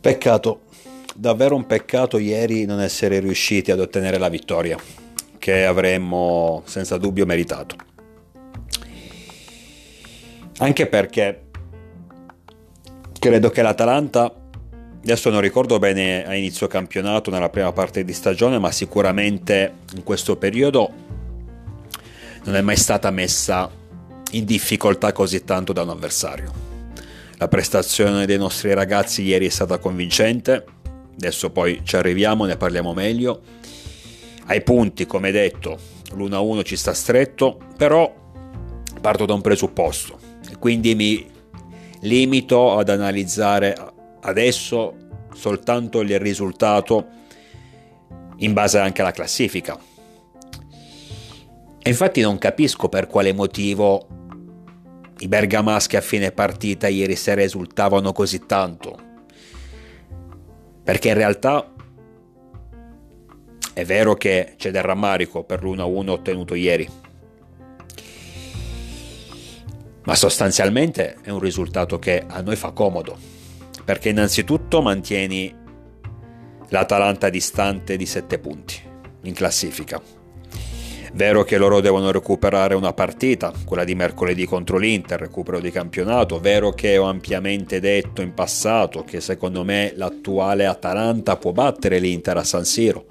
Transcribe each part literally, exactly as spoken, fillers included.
Peccato, davvero un peccato ieri non essere riusciti ad ottenere la vittoria, che avremmo senza dubbio meritato. Anche perché credo che l'Atalanta, adesso non ricordo bene a inizio campionato, nella prima parte di stagione, ma sicuramente in questo periodo non è mai stata messa in difficoltà così tanto da un avversario. La prestazione dei nostri ragazzi ieri è stata convincente, adesso poi ci arriviamo, ne parliamo meglio. Ai punti, come detto, l'uno a uno ci sta stretto, però parto da un presupposto e quindi mi limito ad analizzare adesso soltanto il risultato in base anche alla classifica. E infatti non capisco per quale motivo i bergamaschi a fine partita ieri sera esultavano così tanto, perché in realtà è vero che c'è del rammarico per l'uno a uno ottenuto ieri, ma sostanzialmente è un risultato che a noi fa comodo, perché innanzitutto mantieni l'Atalanta distante di sette punti in classifica. Vero che loro devono recuperare una partita, quella di mercoledì contro l'Inter, recupero di campionato. Vero che ho ampiamente detto in passato che secondo me l'attuale Atalanta può battere l'Inter a San Siro,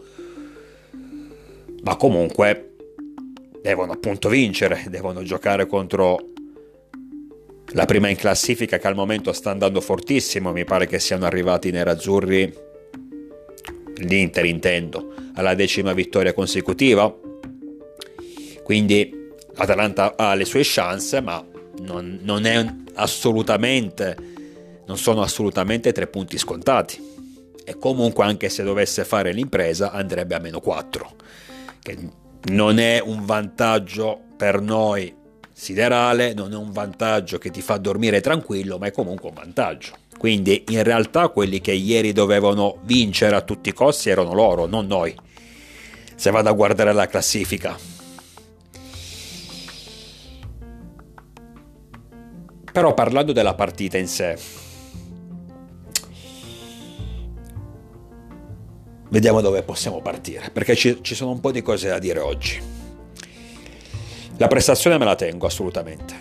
ma comunque devono appunto vincere, devono giocare contro la prima in classifica, che al momento sta andando fortissimo. Mi pare che siano arrivati i nerazzurri, l'Inter intendo, alla decima vittoria consecutiva. Quindi l'Atalanta ha le sue chance, ma non, non è assolutamente, non sono assolutamente tre punti scontati. E comunque, anche se dovesse fare l'impresa, andrebbe a meno quattro, che non è un vantaggio per noi siderale, non è un vantaggio che ti fa dormire tranquillo, ma è comunque un vantaggio. Quindi in realtà quelli che ieri dovevano vincere a tutti i costi erano loro, non noi, se vado a guardare la classifica. Però parlando della partita in sé, vediamo dove possiamo partire, perché ci, ci sono un po' di cose da dire oggi. La prestazione me la tengo assolutamente.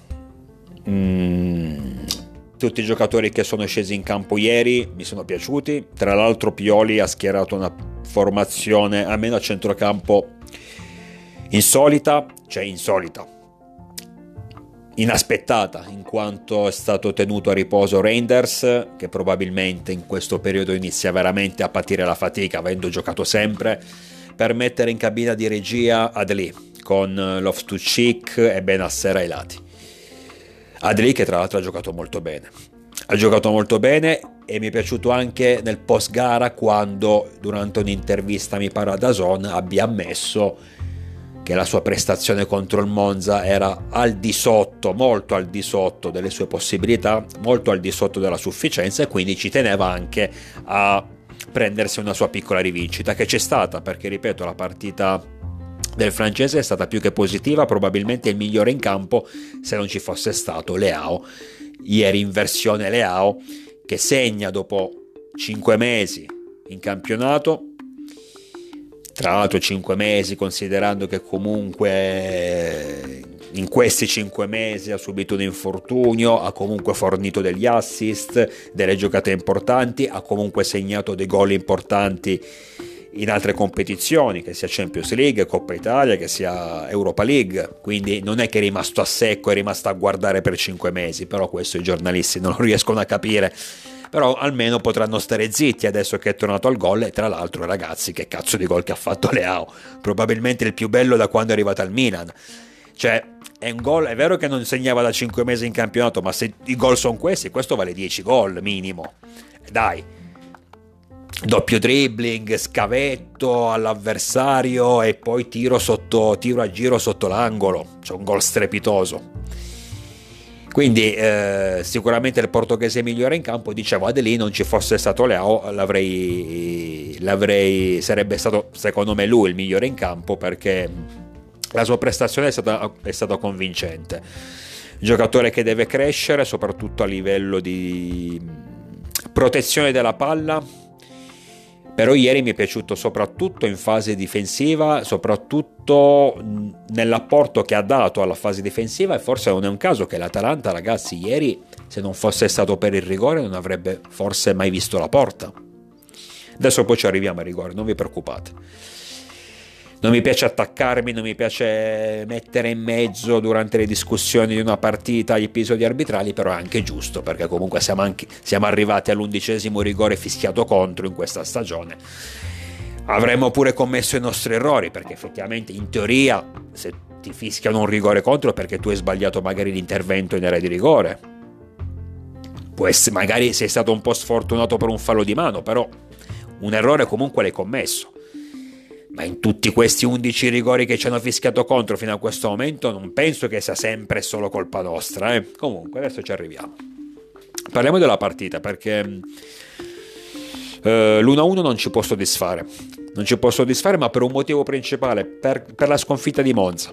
Mm, tutti i giocatori che sono scesi in campo ieri mi sono piaciuti. Tra l'altro Pioli ha schierato una formazione, almeno a centrocampo, insolita, cioè insolita, inaspettata, in quanto è stato tenuto a riposo Reinders, che probabilmente in questo periodo inizia veramente a patire la fatica, avendo giocato sempre, per mettere in cabina di regia Adli con Loftus-Cheek e Benasser ai lati. Adli che tra l'altro ha giocato molto bene ha giocato molto bene e mi è piaciuto anche nel post gara, quando durante un'intervista mi pare a D A Z N abbia ammesso che la sua prestazione contro il Monza era al di sotto, molto al di sotto delle sue possibilità, molto al di sotto della sufficienza, e quindi ci teneva anche a prendersi una sua piccola rivincita, che c'è stata, perché ripeto, la partita del francese è stata più che positiva, probabilmente il migliore in campo, se non ci fosse stato Leao ieri in versione Leao, che segna dopo cinque mesi in campionato. Tra l'altro cinque mesi, considerando che comunque in questi cinque mesi ha subito un infortunio, ha comunque fornito degli assist, delle giocate importanti, ha comunque segnato dei gol importanti in altre competizioni, che sia Champions League, Coppa Italia, che sia Europa League. Quindi non è che è rimasto a secco, è rimasto a guardare per cinque mesi, però questo i giornalisti non lo riescono a capire. Però almeno potranno stare zitti adesso che è tornato al gol. E tra l'altro, ragazzi, che cazzo di gol che ha fatto Leao, probabilmente il più bello da quando è arrivato al Milan. Cioè è un gol, è vero che non segnava da cinque mesi in campionato, ma se i gol sono questi, questo vale dieci gol minimo, dai. Doppio dribbling, scavetto all'avversario e poi tiro sotto, tiro a giro sotto l'angolo, c'è un gol strepitoso. Quindi eh, sicuramente il portoghese migliore in campo. Dicevo, Adli non ci fosse stato Leao, l'avrei, l'avrei, sarebbe stato secondo me lui il migliore in campo, perché la sua prestazione è stata, è stata convincente. Giocatore che deve crescere, soprattutto a livello di protezione della palla, però ieri mi è piaciuto soprattutto in fase difensiva, soprattutto nell'apporto che ha dato alla fase difensiva, e forse non è un caso che l'Atalanta, ragazzi, ieri, se non fosse stato per il rigore, non avrebbe forse mai visto la porta. Adesso poi ci arriviamo al rigore, non vi preoccupate. Non mi piace attaccarmi, non mi piace mettere in mezzo durante le discussioni di una partita gli episodi arbitrali, però è anche giusto, perché comunque siamo, anche, siamo arrivati all'undicesimo rigore fischiato contro in questa stagione. Avremmo pure commesso i nostri errori, perché effettivamente in teoria se ti fischiano un rigore contro è perché tu hai sbagliato magari l'intervento in area di rigore. Può essere, magari sei stato un po' sfortunato per un fallo di mano, però un errore comunque l'hai commesso. Ma in tutti questi undici rigori che ci hanno fischiato contro fino a questo momento non penso che sia sempre solo colpa nostra, eh? Comunque adesso ci arriviamo. Parliamo della partita, perché eh, l'uno a uno non ci può soddisfare non ci può soddisfare ma per un motivo principale, per, per la sconfitta di Monza.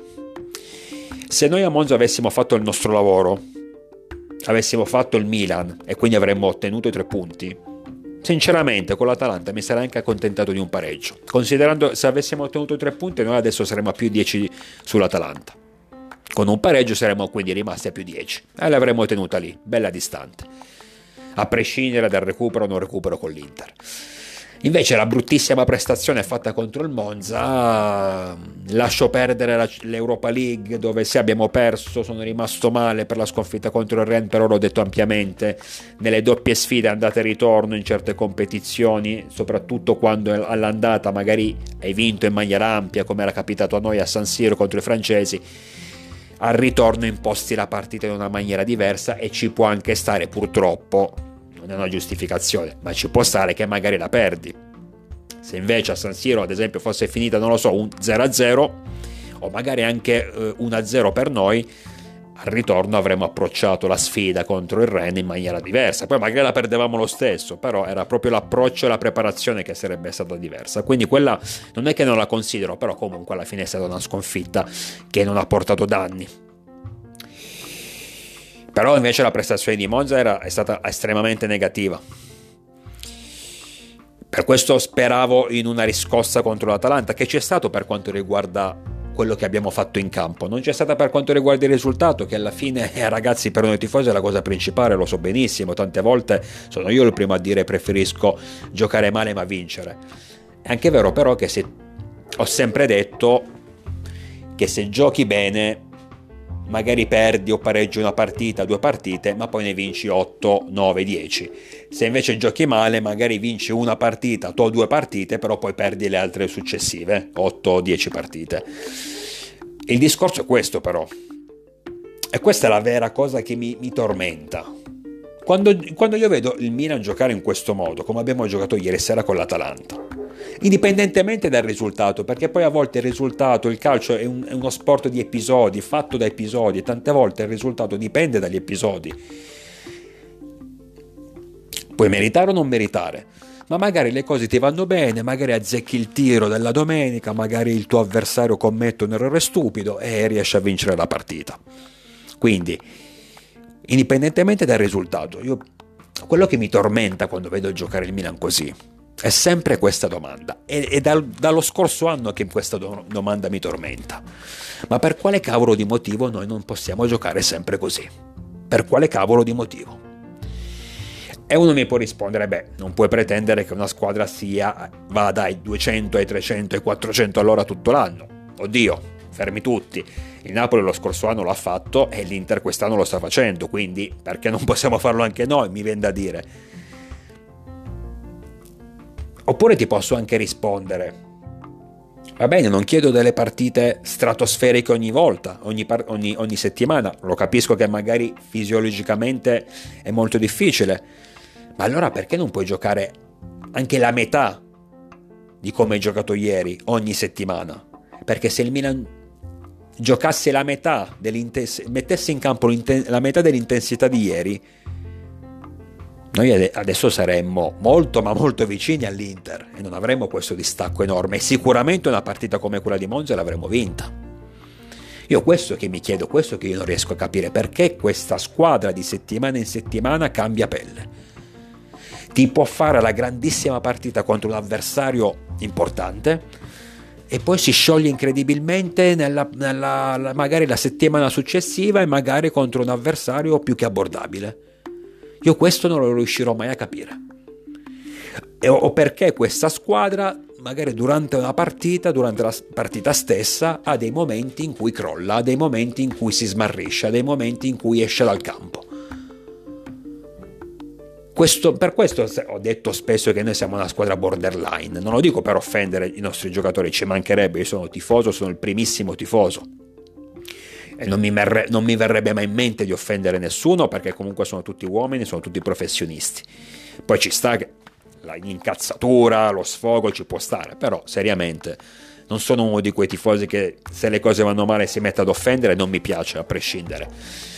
Se noi a Monza avessimo fatto il nostro lavoro, avessimo fatto il Milan e quindi avremmo ottenuto i tre punti, sinceramente con l'Atalanta mi sarei anche accontentato di un pareggio, considerando se avessimo ottenuto i tre punti noi adesso saremmo a più dieci sull'Atalanta, con un pareggio saremmo quindi rimasti a più dieci e l'avremmo tenuta lì, bella distante, a prescindere dal recupero o non recupero con l'Inter. Invece la bruttissima prestazione fatta contro il Monza, lascio perdere la, l'Europa League, dove sì abbiamo perso, sono rimasto male per la sconfitta contro il Rennes, però l'ho detto ampiamente, nelle doppie sfide andata e ritorno in certe competizioni, soprattutto quando all'andata magari hai vinto in maniera ampia, come era capitato a noi a San Siro contro i francesi, al ritorno imposti la partita in una maniera diversa e ci può anche stare, purtroppo, non è una giustificazione, ma ci può stare che magari la perdi. Se invece a San Siro ad esempio fosse finita, non lo so, un zero a zero o magari anche eh, uno a zero per noi, al ritorno avremmo approcciato la sfida contro il Rennes in maniera diversa. Poi magari la perdevamo lo stesso, però era proprio l'approccio e la preparazione che sarebbe stata diversa. Quindi quella non è che non la considero, però comunque alla fine è stata una sconfitta che non ha portato danni. Però invece la prestazione di Monza era, è stata estremamente negativa. Per questo speravo in una riscossa contro l'Atalanta, che c'è stato per quanto riguarda quello che abbiamo fatto in campo. Non c'è stata per quanto riguarda il risultato, che alla fine, eh, ragazzi, per noi tifosi è la cosa principale, lo so benissimo. Tante volte sono io il primo a dire preferisco giocare male ma vincere. È anche vero però che se, ho sempre detto che se giochi bene magari perdi o pareggi una partita, due partite, ma poi ne vinci otto, nove, dieci. Se invece giochi male, magari vinci una partita o due partite, però poi perdi le altre successive, otto o dieci partite. Il discorso è questo però, e questa è la vera cosa che mi, mi tormenta. Quando, quando io vedo il Milan giocare in questo modo, come abbiamo giocato ieri sera con l'Atalanta, indipendentemente dal risultato, perché poi a volte il risultato, il calcio è, un, è uno sport di episodi, fatto da episodi, e tante volte il risultato dipende dagli episodi. Puoi meritare o non meritare, ma magari le cose ti vanno bene, magari azzecchi il tiro della domenica, magari il tuo avversario commette un errore stupido e riesci a vincere la partita. Quindi, indipendentemente dal risultato, io, quello che mi tormenta quando vedo giocare il Milan così è sempre questa domanda, e, e dal, dallo scorso anno che questa do, domanda mi tormenta: ma per quale cavolo di motivo noi non possiamo giocare sempre così? Per quale cavolo di motivo? E uno mi può rispondere: beh, non puoi pretendere che una squadra sia va dai duecento ai trecento ai quattrocento all'ora tutto l'anno. Oddio, fermi tutti, il Napoli lo scorso anno l'ha fatto e l'Inter quest'anno lo sta facendo, quindi perché non possiamo farlo anche noi, mi viene da dire. Oppure ti posso anche rispondere: va bene, non chiedo delle partite stratosferiche ogni volta, ogni, par- ogni, ogni settimana, lo capisco che magari fisiologicamente è molto difficile, ma allora perché non puoi giocare anche la metà di come hai giocato ieri ogni settimana? Perché se il Milan giocasse la metà dell'intens- mettesse in campo la metà dell'intensità di ieri, noi adesso saremmo molto ma molto vicini all'Inter e non avremmo questo distacco enorme, e sicuramente una partita come quella di Monza l'avremmo vinta. Io questo che mi chiedo, questo che io non riesco a capire, perché questa squadra di settimana in settimana cambia pelle, ti può fare la grandissima partita contro un avversario importante e poi si scioglie incredibilmente nella, nella, magari la settimana successiva e magari contro un avversario più che abbordabile. Io questo non lo riuscirò mai a capire. E, o perché questa squadra magari durante una partita, durante la partita stessa, ha dei momenti in cui crolla, ha dei momenti in cui si smarrisce, ha dei momenti in cui esce dal campo. Questo, per questo ho detto spesso che noi siamo una squadra borderline. Non lo dico per offendere i nostri giocatori, ci mancherebbe, io sono tifoso, sono il primissimo tifoso e non mi, merre, non mi verrebbe mai in mente di offendere nessuno, perché comunque sono tutti uomini, sono tutti professionisti. Poi ci sta che l'incazzatura, lo sfogo ci può stare, però seriamente non sono uno di quei tifosi che se le cose vanno male si mette ad offendere. Non mi piace, a prescindere.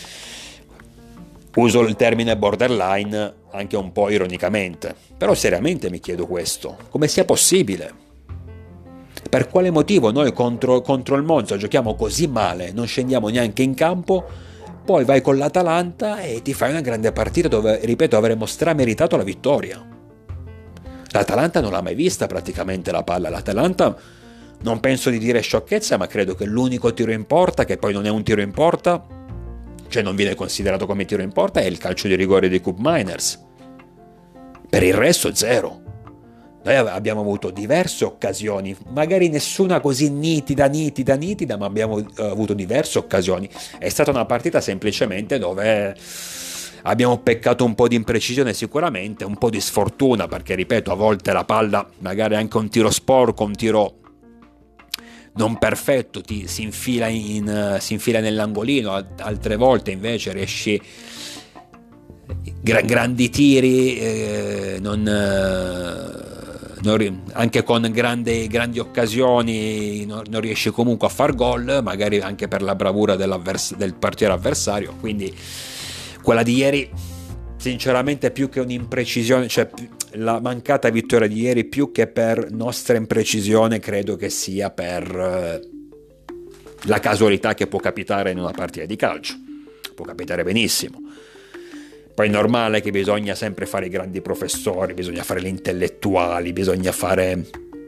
Uso il termine borderline anche un po' ironicamente, però seriamente mi chiedo questo: come sia possibile? Per quale motivo noi contro, contro il Monza giochiamo così male, non scendiamo neanche in campo, poi vai con l'Atalanta e ti fai una grande partita dove, ripeto, avremmo strameritato la vittoria. L'Atalanta non l'ha mai vista praticamente la palla. L'Atalanta, non penso di dire sciocchezza, ma credo che l'unico tiro in porta, che poi non è un tiro in porta, cioè non viene considerato come tiro in porta, è il calcio di rigore dei Cup Miners. Per il resto zero. Noi abbiamo avuto diverse occasioni, magari nessuna così nitida, nitida, nitida, ma abbiamo avuto diverse occasioni. È stata una partita semplicemente dove abbiamo peccato un po' di imprecisione sicuramente, un po' di sfortuna, perché ripeto, a volte la palla, magari anche un tiro sporco, un tiro non perfetto, ti, si, infila in, si infila nell'angolino, altre volte invece riesci, gra, grandi tiri, eh, non, eh, non, anche con grandi, grandi occasioni non, non riesci comunque a far gol, magari anche per la bravura del portiere avversario. Quindi quella di ieri, sinceramente, più che un'imprecisione, cioè la mancata vittoria di ieri, più che per nostra imprecisione, credo che sia per eh, la casualità che può capitare in una partita di calcio. Può capitare benissimo. Poi è normale che bisogna sempre fare i grandi professori, bisogna fare gli intellettuali, bisogna fare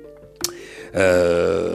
eh,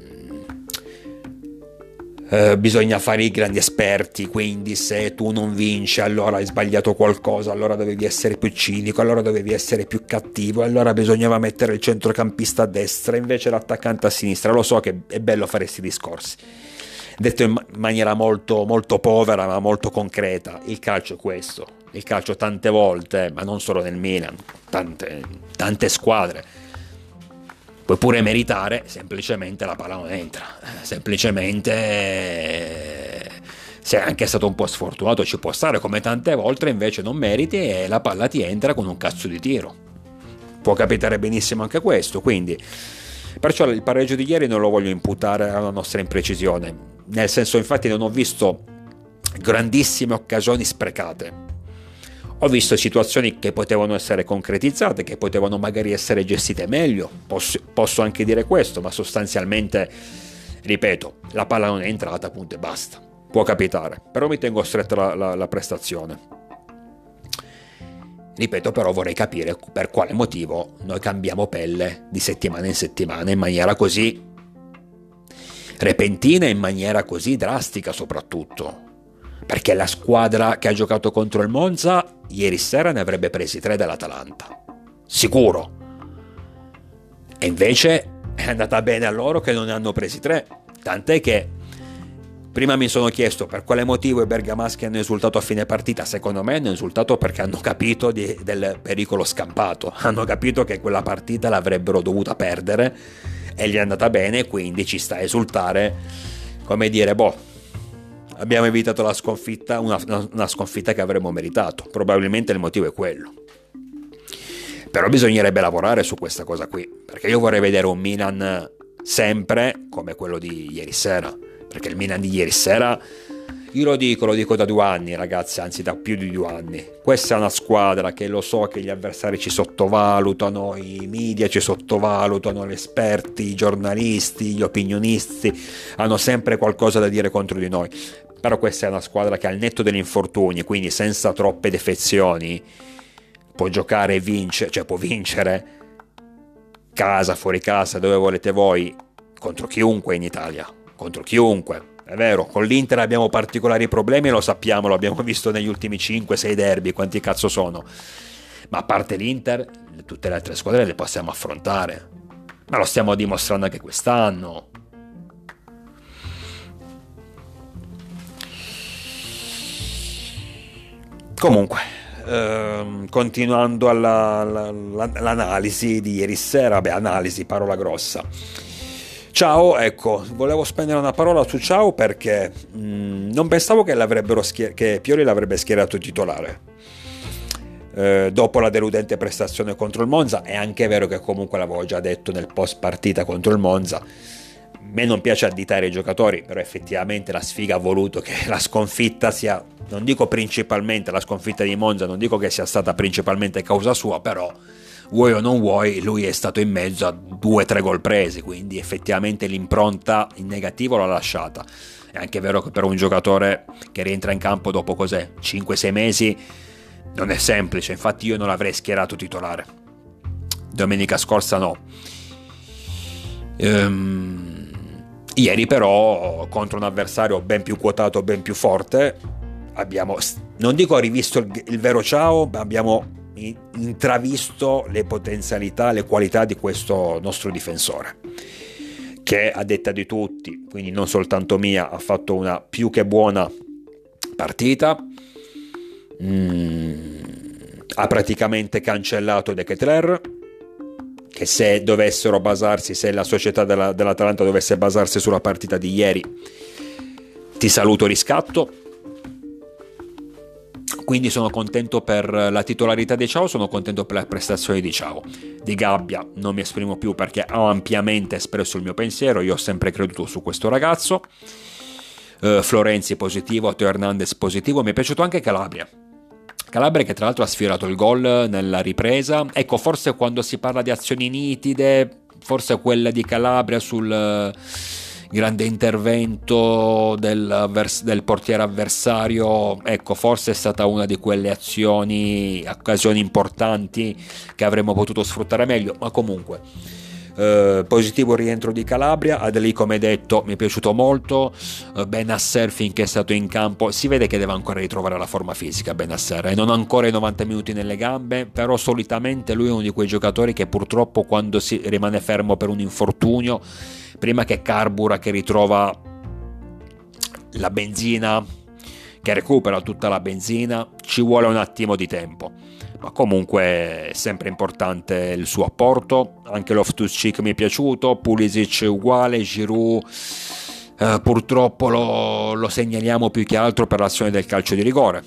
Uh, bisogna fare i grandi esperti, quindi se tu non vinci allora hai sbagliato qualcosa, allora dovevi essere più cinico, allora dovevi essere più cattivo, allora bisognava mettere il centrocampista a destra invece l'attaccante a sinistra. Lo so che è bello fare questi discorsi, detto in maniera molto, molto povera ma molto concreta. Il calcio è questo, il calcio tante volte, ma non solo nel Milan, tante, tante squadre, puoi pure meritare, semplicemente la palla non entra, semplicemente se è anche stato un po' sfortunato ci può stare, come tante volte invece non meriti e la palla ti entra con un cazzo di tiro. Può capitare benissimo anche questo, quindi perciò il pareggio di ieri non lo voglio imputare alla nostra imprecisione, nel senso, infatti non ho visto grandissime occasioni sprecate. Ho visto situazioni che potevano essere concretizzate, che potevano magari essere gestite meglio, posso, posso anche dire questo, ma sostanzialmente, ripeto, la palla non è entrata, punto e basta. Può capitare, però mi tengo stretta la, la, la prestazione. Ripeto, però vorrei capire per quale motivo noi cambiamo pelle di settimana in settimana in maniera così repentina e in maniera così drastica soprattutto. Perché la squadra che ha giocato contro il Monza ieri sera ne avrebbe presi tre dall'Atalanta, sicuro, e invece è andata bene a loro che non ne hanno presi tre, tant'è che prima mi sono chiesto per quale motivo i bergamaschi hanno esultato a fine partita. Secondo me hanno esultato perché hanno capito di, del pericolo scampato, hanno capito che quella partita l'avrebbero dovuta perdere e gli è andata bene, quindi ci sta a esultare, come dire, boh, abbiamo evitato la sconfitta, una, una sconfitta che avremmo meritato. Probabilmente il motivo è quello. Però bisognerebbe lavorare su questa cosa qui, perché io vorrei vedere un Milan sempre come quello di ieri sera, perché il Milan di ieri sera, io lo dico, lo dico da due anni ragazzi, anzi da più di due anni, questa è una squadra che, lo so che gli avversari ci sottovalutano, i media ci sottovalutano, gli esperti, i giornalisti, gli opinionisti hanno sempre qualcosa da dire contro di noi, però questa è una squadra che al netto degli infortuni, quindi senza troppe defezioni, può giocare e vincere, cioè può vincere casa, fuori casa, dove volete voi, contro chiunque in Italia, contro chiunque. È vero, con l'Inter abbiamo particolari problemi, lo sappiamo, lo abbiamo visto negli ultimi cinque sei derby, quanti cazzo sono. Ma a parte l'Inter, tutte le altre squadre le possiamo affrontare. Ma lo stiamo dimostrando anche quest'anno. Comunque, ehm, continuando alla, alla, all'analisi di ieri sera, beh, analisi, parola grossa. Ciao, ecco, volevo spendere una parola su Ciao perché mh, non pensavo che, l'avrebbero schier- che Pioli l'avrebbe schierato titolare. Eh, dopo la deludente prestazione contro il Monza, è anche vero che comunque l'avevo già detto nel post partita contro il Monza, a me non piace additare i giocatori, però effettivamente la sfiga ha voluto che la sconfitta sia, non dico principalmente la sconfitta di Monza, non dico che sia stata principalmente causa sua, però vuoi o non vuoi, lui è stato in mezzo a due o tre gol presi, quindi effettivamente l'impronta in negativo l'ha lasciata. È anche vero che per un giocatore che rientra in campo dopo cos'è, cinque sei mesi, non è semplice, infatti io non l'avrei schierato titolare. Domenica scorsa no. Ehm, ieri però, contro un avversario ben più quotato, ben più forte, abbiamo, non dico rivisto il, il vero Ciao, ma abbiamo intravisto le potenzialità, le qualità di questo nostro difensore, che a detta di tutti, quindi non soltanto mia, ha fatto una più che buona partita. Mm, ha praticamente cancellato De Ketelaere, che se dovessero basarsi, se la società della, dell'Atalanta dovesse basarsi sulla partita di ieri, ti saluto riscatto. Quindi sono contento per la titolarità di Ciao, sono contento per la prestazione di Ciao. Di Gabbia non mi esprimo più perché ho ampiamente espresso il mio pensiero, io ho sempre creduto su questo ragazzo. uh, Florenzi positivo, Teo Hernandez positivo, mi è piaciuto anche Calabria. Calabria che tra l'altro ha sfiorato il gol nella ripresa. Ecco, forse quando si parla di azioni nitide, forse quella di Calabria sul grande intervento del, del portiere avversario, ecco, forse è stata una di quelle azioni, occasioni importanti che avremmo potuto sfruttare meglio, ma comunque eh, positivo il rientro di Calabria. Adeli, come detto, mi è piaciuto molto. eh, Benasser finché è stato in campo si vede che deve ancora ritrovare la forma fisica. Benasser e non ha ancora i novanta minuti nelle gambe, però solitamente lui è uno di quei giocatori che purtroppo quando si rimane fermo per un infortunio, prima che carbura, che ritrova la benzina, che recupera tutta la benzina, ci vuole un attimo di tempo. Ma comunque è sempre importante il suo apporto. Anche Loftus-Cheek mi è piaciuto, Pulisic uguale, Giroud eh, purtroppo lo, lo segnaliamo più che altro per l'azione del calcio di rigore.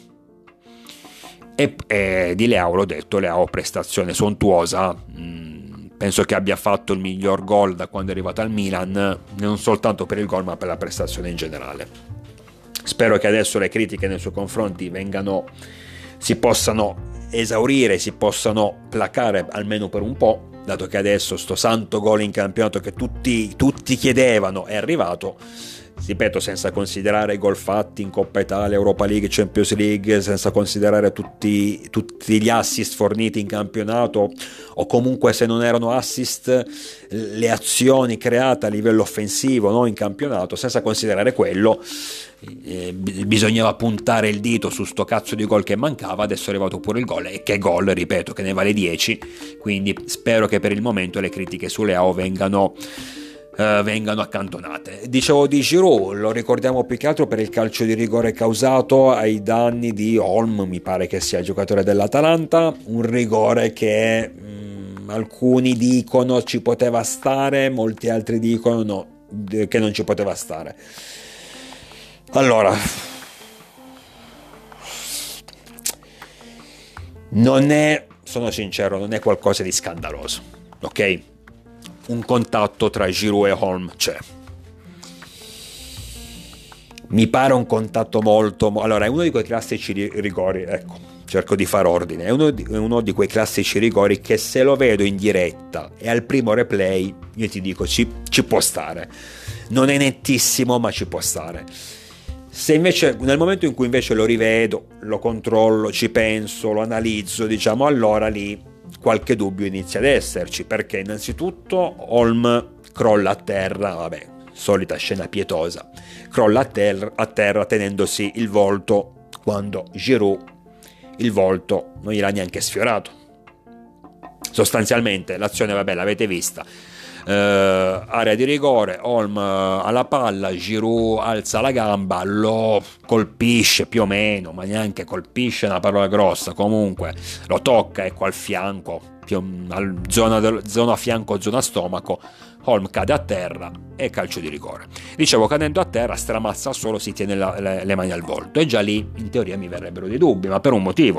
E, e di Leao l'ho detto, Leao prestazione sontuosa. mm, Penso che abbia fatto il miglior gol da quando è arrivato al Milan, non soltanto per il gol ma per la prestazione in generale. Spero che adesso le critiche nei suoi confronti vengano, si possano esaurire, si possano placare almeno per un po', dato che adesso sto santo gol in campionato che tutti, tutti chiedevano è arrivato. Ripeto, senza considerare i gol fatti in Coppa Italia, Europa League, Champions League, senza considerare tutti, tutti gli assist forniti in campionato, o comunque se non erano assist le azioni create a livello offensivo, no, in campionato, senza considerare quello, eh, bisognava puntare il dito su sto cazzo di gol che mancava. Adesso è arrivato pure il gol, e che gol, ripeto, che ne vale dieci, quindi spero che per il momento le critiche su Leao vengano Uh, vengano accantonate. Dicevo di Giroud, lo ricordiamo più che altro per il calcio di rigore causato ai danni di Holm, mi pare che sia il giocatore dell'Atalanta, un rigore che mh, alcuni dicono ci poteva stare, molti altri dicono no, che non ci poteva stare. Allora, non è, sono sincero, non è qualcosa di scandaloso, ok? Un contatto tra Giroud e Holm c'è. Mi pare un contatto molto... Allora, è uno di quei classici rigori, ecco, cerco di fare ordine, è uno di, è uno di quei classici rigori che se lo vedo in diretta e al primo replay, io ti dico, ci, ci può stare. Non è nettissimo, ma ci può stare. Se invece, nel momento in cui invece lo rivedo, lo controllo, ci penso, lo analizzo, diciamo, allora lì qualche dubbio inizia ad esserci, perché innanzitutto Holm crolla a terra, vabbè, solita scena pietosa, crolla a terra, a terra tenendosi il volto, quando Giroud il volto non gliel'ha neanche sfiorato. Sostanzialmente l'azione, vabbè, l'avete vista, uh, area di rigore, Holm uh, alla palla, Giroud alza la gamba, lo colpisce più o meno, ma neanche colpisce, è una parola grossa, comunque lo tocca, ecco, al fianco, più, al zona, del, zona fianco, zona stomaco. Holm cade a terra e calcio di rigore. Dicevo, cadendo a terra stramazza al suolo, si tiene la, le, le mani al volto, e già lì in teoria mi verrebbero dei dubbi, ma per un motivo.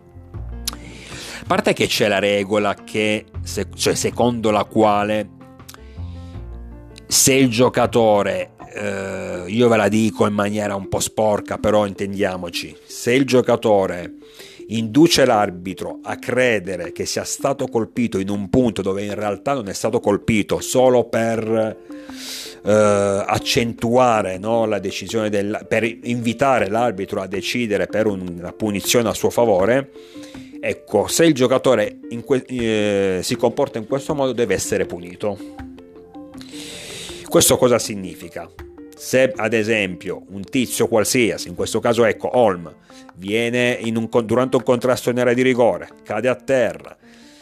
A parte che c'è la regola che, se, cioè secondo la quale se il giocatore, eh, io ve la dico in maniera un po' sporca, però intendiamoci, se il giocatore induce l'arbitro a credere che sia stato colpito in un punto dove in realtà non è stato colpito, solo per eh, accentuare, no, la decisione del, per invitare l'arbitro a decidere per una punizione a suo favore, ecco, se il giocatore in que- eh, si comporta in questo modo deve essere punito. Questo cosa significa? Se ad esempio un tizio qualsiasi, in questo caso ecco Holm, viene in un, durante un contrasto in area di rigore, cade a terra,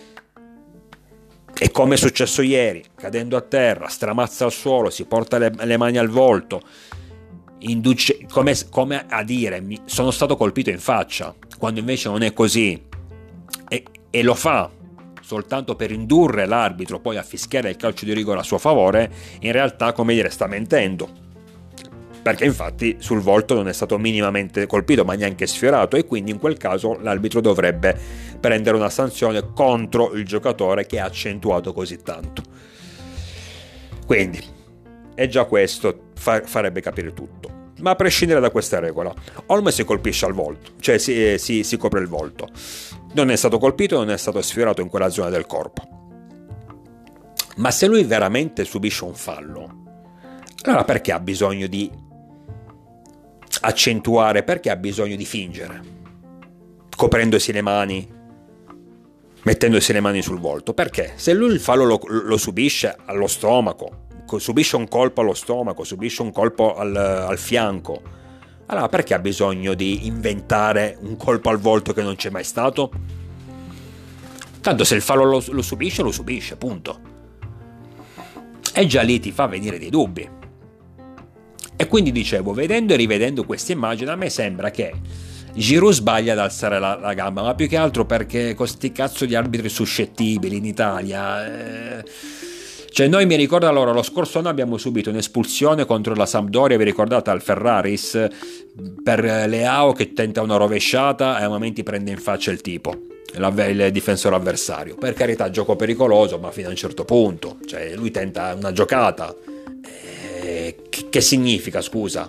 e come è successo ieri, cadendo a terra, stramazza al suolo, si porta le, le mani al volto, induce, come, come a dire mi, sono stato colpito in faccia, quando invece non è così, e, e lo fa soltanto per indurre l'arbitro poi a fischiare il calcio di rigore a suo favore, in realtà, come dire, sta mentendo, perché infatti sul volto non è stato minimamente colpito, ma neanche sfiorato, e quindi in quel caso l'arbitro dovrebbe prendere una sanzione contro il giocatore che ha accentuato così tanto. Quindi e già questo fa- farebbe capire tutto. Ma a prescindere da questa regola, Holm si colpisce al volto, cioè si, si, si copre il volto, non è stato colpito, non è stato sfiorato in quella zona del corpo. Ma se lui veramente subisce un fallo, allora perché ha bisogno di accentuare, perché ha bisogno di fingere, coprendosi le mani, mettendosi le mani sul volto? Perché se lui il fallo lo, lo subisce allo stomaco, subisce un colpo allo stomaco, subisce un colpo al, al fianco, allora perché ha bisogno di inventare un colpo al volto che non c'è mai stato? Tanto se il fallo lo, lo subisce, lo subisce, punto. E già lì ti fa venire dei dubbi. E quindi dicevo, vedendo e rivedendo queste immagini, a me sembra che Giroud sbaglia ad alzare la, la gamba, ma più che altro perché con sti cazzo di arbitri suscettibili in Italia... Eh, Cioè noi, mi ricordo, allora lo scorso anno abbiamo subito un'espulsione contro la Sampdoria, vi ricordate, al Ferraris, per Leao che tenta una rovesciata e a momenti prende in faccia il tipo, il difensore avversario. Per carità, gioco pericoloso, ma fino a un certo punto, cioè lui tenta una giocata, eh, che significa, scusa?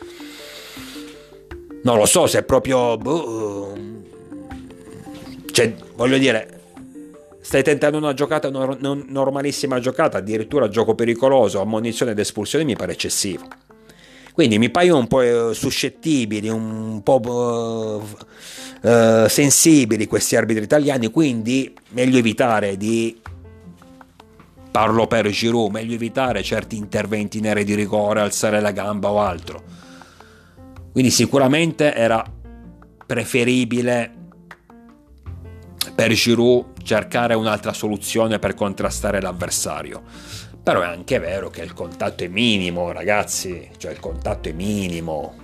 Non lo so, se è proprio boh, cioè voglio dire, stai tentando una giocata, una normalissima giocata, addirittura gioco pericoloso, ammonizione ed espulsione, mi pare eccessivo. Quindi mi paiono un po' suscettibili, un po' uh, sensibili questi arbitri italiani, quindi meglio evitare di, parlo per Giroud, meglio evitare certi interventi in area di rigore, alzare la gamba o altro. Quindi sicuramente era preferibile per Giroud cercare un'altra soluzione per contrastare l'avversario. Però è anche vero che il contatto è minimo, ragazzi, cioè il contatto è minimo.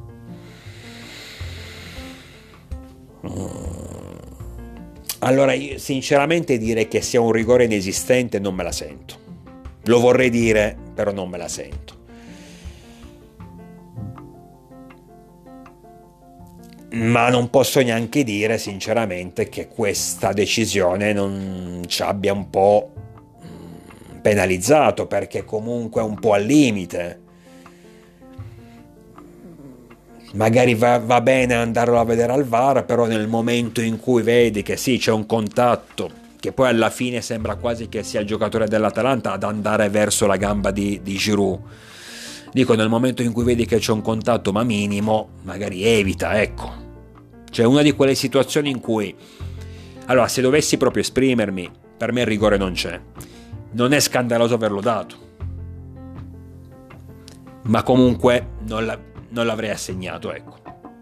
Allora, io sinceramente dire che sia un rigore inesistente non me la sento. Lo vorrei dire, però non me la sento. Ma non posso neanche dire sinceramente che questa decisione non ci abbia un po' penalizzato, perché comunque è un po' al limite. Magari va, va bene andarlo a vedere al V A R, però nel momento in cui vedi che sì, c'è un contatto, che poi alla fine sembra quasi che sia il giocatore dell'Atalanta ad andare verso la gamba di, di Giroud, Dico, nel momento in cui vedi che c'è un contatto ma minimo, magari evita, ecco. C'è una di quelle situazioni in cui, allora, se dovessi proprio esprimermi, per me il rigore non c'è. Non è scandaloso averlo dato, ma comunque non, la, non l'avrei assegnato, ecco.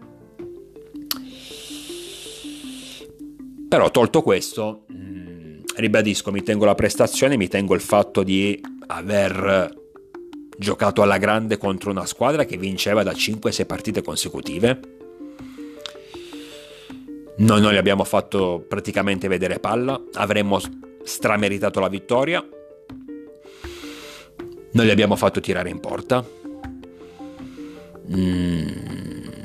Però tolto questo, mh, ribadisco, mi tengo la prestazione, mi tengo il fatto di aver giocato alla grande contro una squadra che vinceva da cinque sei partite consecutive. Noi non gli abbiamo fatto praticamente vedere palla, avremmo strameritato la vittoria, non li abbiamo fatto tirare in porta. Mm.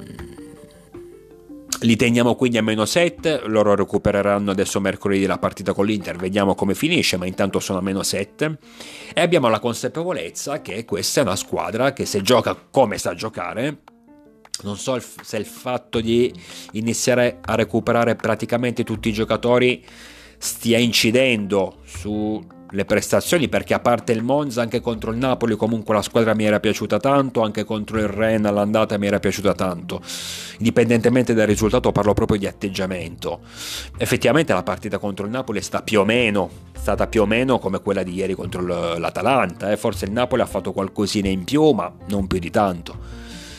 Li teniamo quindi a meno sette, loro recupereranno adesso mercoledì la partita con l'Inter, vediamo come finisce, ma intanto sono a meno sette e abbiamo la consapevolezza che questa è una squadra che se gioca come sa giocare, non so se il fatto di iniziare a recuperare praticamente tutti i giocatori stia incidendo sulle prestazioni, perché a parte il Monza anche contro il Napoli comunque la squadra mi era piaciuta tanto, anche contro il Rennes all'andata mi era piaciuta tanto, indipendentemente dal risultato parlo proprio di atteggiamento. Effettivamente la partita contro il Napoli è stata più o meno stata più o meno come quella di ieri contro l'Atalanta, eh. Forse il Napoli ha fatto qualcosina in più ma non più di tanto.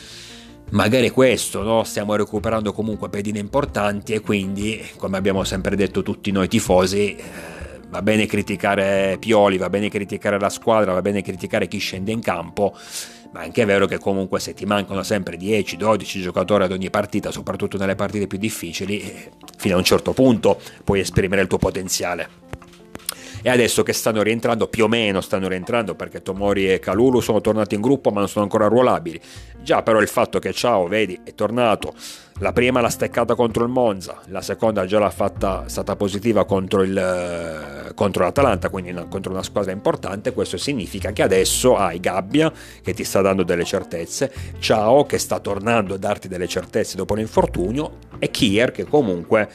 Magari questo, no? Stiamo recuperando comunque pedine importanti e quindi, come abbiamo sempre detto tutti noi tifosi, eh, va bene criticare Pioli, va bene criticare la squadra, va bene criticare chi scende in campo, ma anche è vero che comunque se ti mancano sempre dieci dodici giocatori ad ogni partita, soprattutto nelle partite più difficili, eh, fino a un certo punto puoi esprimere il tuo potenziale. E adesso che stanno rientrando, più o meno stanno rientrando, perché Tomori e Kalulu sono tornati in gruppo ma non sono ancora arruolabili. Già però il fatto che Ciao, vedi, è tornato, la prima l'ha steccata contro il Monza, la seconda già l'ha fatta, stata positiva contro, il, contro l'Atalanta, quindi una, contro una squadra importante, questo significa che adesso hai Gabbia che ti sta dando delle certezze, Ciao che sta tornando a darti delle certezze dopo l'infortunio e Kier che comunque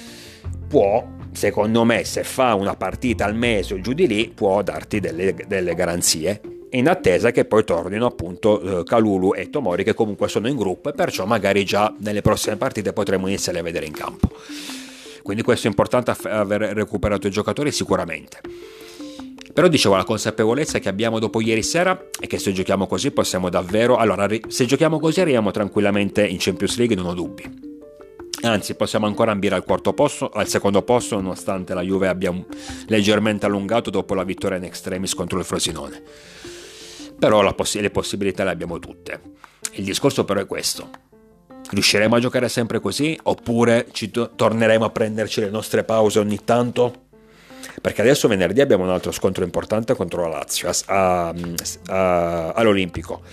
può, secondo me, se fa una partita al mese o giù di lì, può darti delle, delle garanzie, in attesa che poi tornino appunto eh, Kalulu e Tomori che comunque sono in gruppo e perciò magari già nelle prossime partite potremo iniziare a vedere in campo. Quindi questo è importante, aver recuperato i giocatori sicuramente. Però dicevo, la consapevolezza che abbiamo dopo ieri sera è che se giochiamo così possiamo davvero, allora se giochiamo così arriviamo tranquillamente in Champions League, non ho dubbi. Anzi, possiamo ancora ambire al quarto posto, al secondo posto, nonostante la Juve abbia leggermente allungato dopo la vittoria in extremis contro il Frosinone. Però la poss- le possibilità le abbiamo tutte. Il discorso però è questo: riusciremo a giocare sempre così oppure ci to- torneremo a prenderci le nostre pause ogni tanto? Perché adesso venerdì abbiamo un altro scontro importante contro la Lazio a, a, a, all'Olimpico.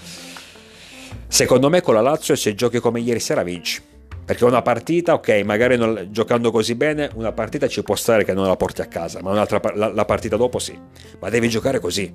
Secondo me con la Lazio se giochi come ieri sera vinci. Perché una partita, ok, magari non, giocando così bene, una partita ci può stare che non la porti a casa, ma un'altra, la, la partita dopo sì, ma devi giocare così.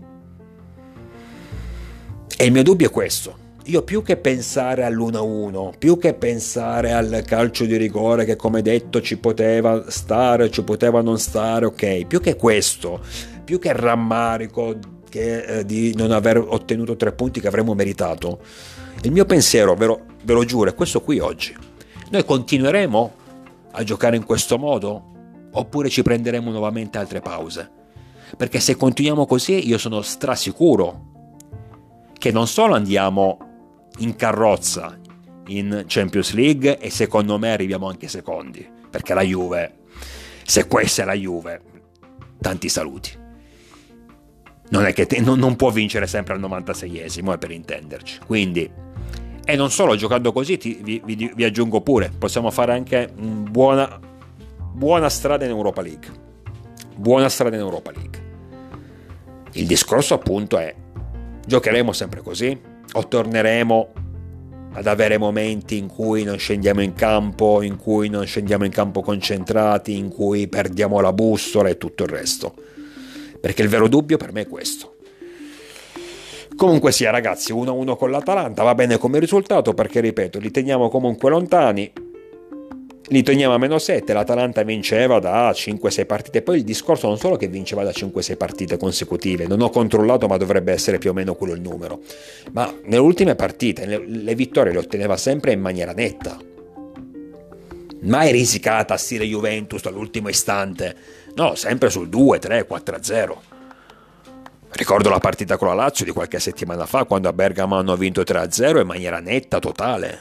E il mio dubbio è questo: io più che pensare all'uno a uno, più che pensare al calcio di rigore che come detto ci poteva stare, ci poteva non stare, ok, più che questo, più che il rammarico che, eh, di non aver ottenuto tre punti che avremmo meritato, il mio pensiero, ve lo, ve lo giuro, è questo qui oggi. Noi continueremo a giocare in questo modo oppure ci prenderemo nuovamente altre pause? Perché se continuiamo così io sono strasicuro che non solo andiamo in carrozza in Champions League e secondo me arriviamo anche secondi, perché la Juve, se questa è la Juve, tanti saluti. Non è che te, non, non può vincere sempre al novantaseiesimo, è per intenderci. Quindi, e non solo giocando così, ti, vi, vi, vi aggiungo pure, possiamo fare anche una buona, buona strada in Europa League. Buona strada in Europa League. Il discorso appunto è: giocheremo sempre così o torneremo ad avere momenti in cui non scendiamo in campo, in cui non scendiamo in campo concentrati, in cui perdiamo la bussola e tutto il resto? Perché il vero dubbio per me è questo. Comunque sia ragazzi, uno a uno con l'Atalanta va bene come risultato, perché ripeto, li teniamo comunque lontani li teniamo a meno sette, l'Atalanta vinceva da cinque sei partite, poi il discorso non solo che vinceva da cinque sei partite consecutive, non ho controllato ma dovrebbe essere più o meno quello il numero, ma nelle ultime partite le, le vittorie le otteneva sempre in maniera netta, mai risicata stile Juventus all'ultimo istante, no, sempre sul due, tre, quattro a zero. Ricordo la partita con la Lazio di qualche settimana fa, quando a Bergamo hanno vinto tre a zero in maniera netta, totale.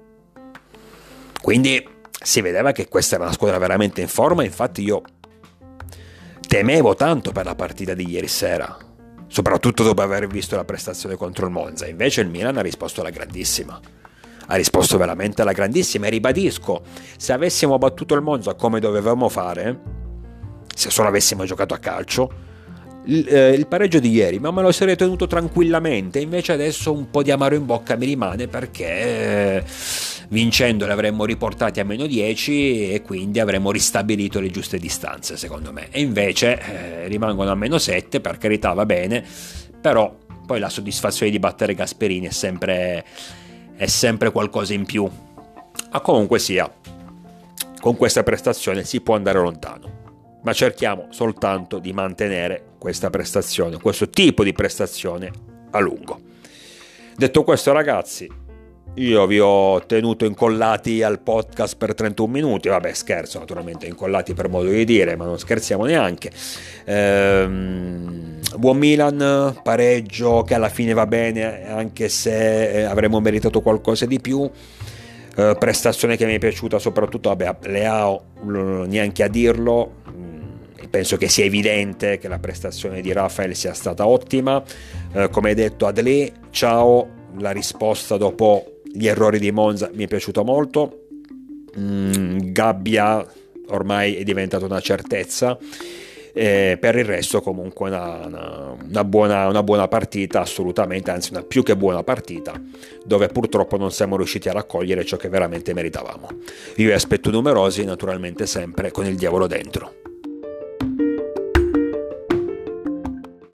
Quindi si vedeva che questa era una squadra veramente in forma, infatti io temevo tanto per la partita di ieri sera, soprattutto dopo aver visto la prestazione contro il Monza. Invece il Milan ha risposto alla grandissima, ha risposto veramente alla grandissima, e ribadisco, se avessimo battuto il Monza come dovevamo fare, se solo avessimo giocato a calcio, il, eh, il pareggio di ieri ma me lo sarei tenuto tranquillamente. Invece adesso un po' di amaro in bocca mi rimane, perché eh, vincendo li avremmo riportati a meno dieci e quindi avremmo ristabilito le giuste distanze, secondo me, e invece eh, rimangono a meno sette. Per carità, va bene, però poi la soddisfazione di battere Gasperini è sempre, è sempre qualcosa in più. Ma comunque sia, con questa prestazione si può andare lontano, ma cerchiamo soltanto di mantenere questa prestazione, questo tipo di prestazione a lungo. Detto questo, ragazzi, io vi ho tenuto incollati al podcast per trentuno minuti, vabbè scherzo, naturalmente incollati per modo di dire, ma non scherziamo neanche. Ehm, buon Milan, pareggio che alla fine va bene, anche se avremmo meritato qualcosa di più. Eh, prestazione che mi è piaciuta soprattutto, vabbè, Leao, neanche a dirlo, penso che sia evidente che la prestazione di Rafael sia stata ottima. Eh, come detto, Adlé, ciao, la risposta dopo gli errori di Monza mi è piaciuta molto. mm, Gabbia ormai è diventata una certezza. Eh, per il resto comunque una, una, una, buona, una buona partita, assolutamente, anzi una più che buona partita, dove purtroppo non siamo riusciti a raccogliere ciò che veramente meritavamo. Io vi aspetto numerosi, naturalmente sempre con il diavolo dentro.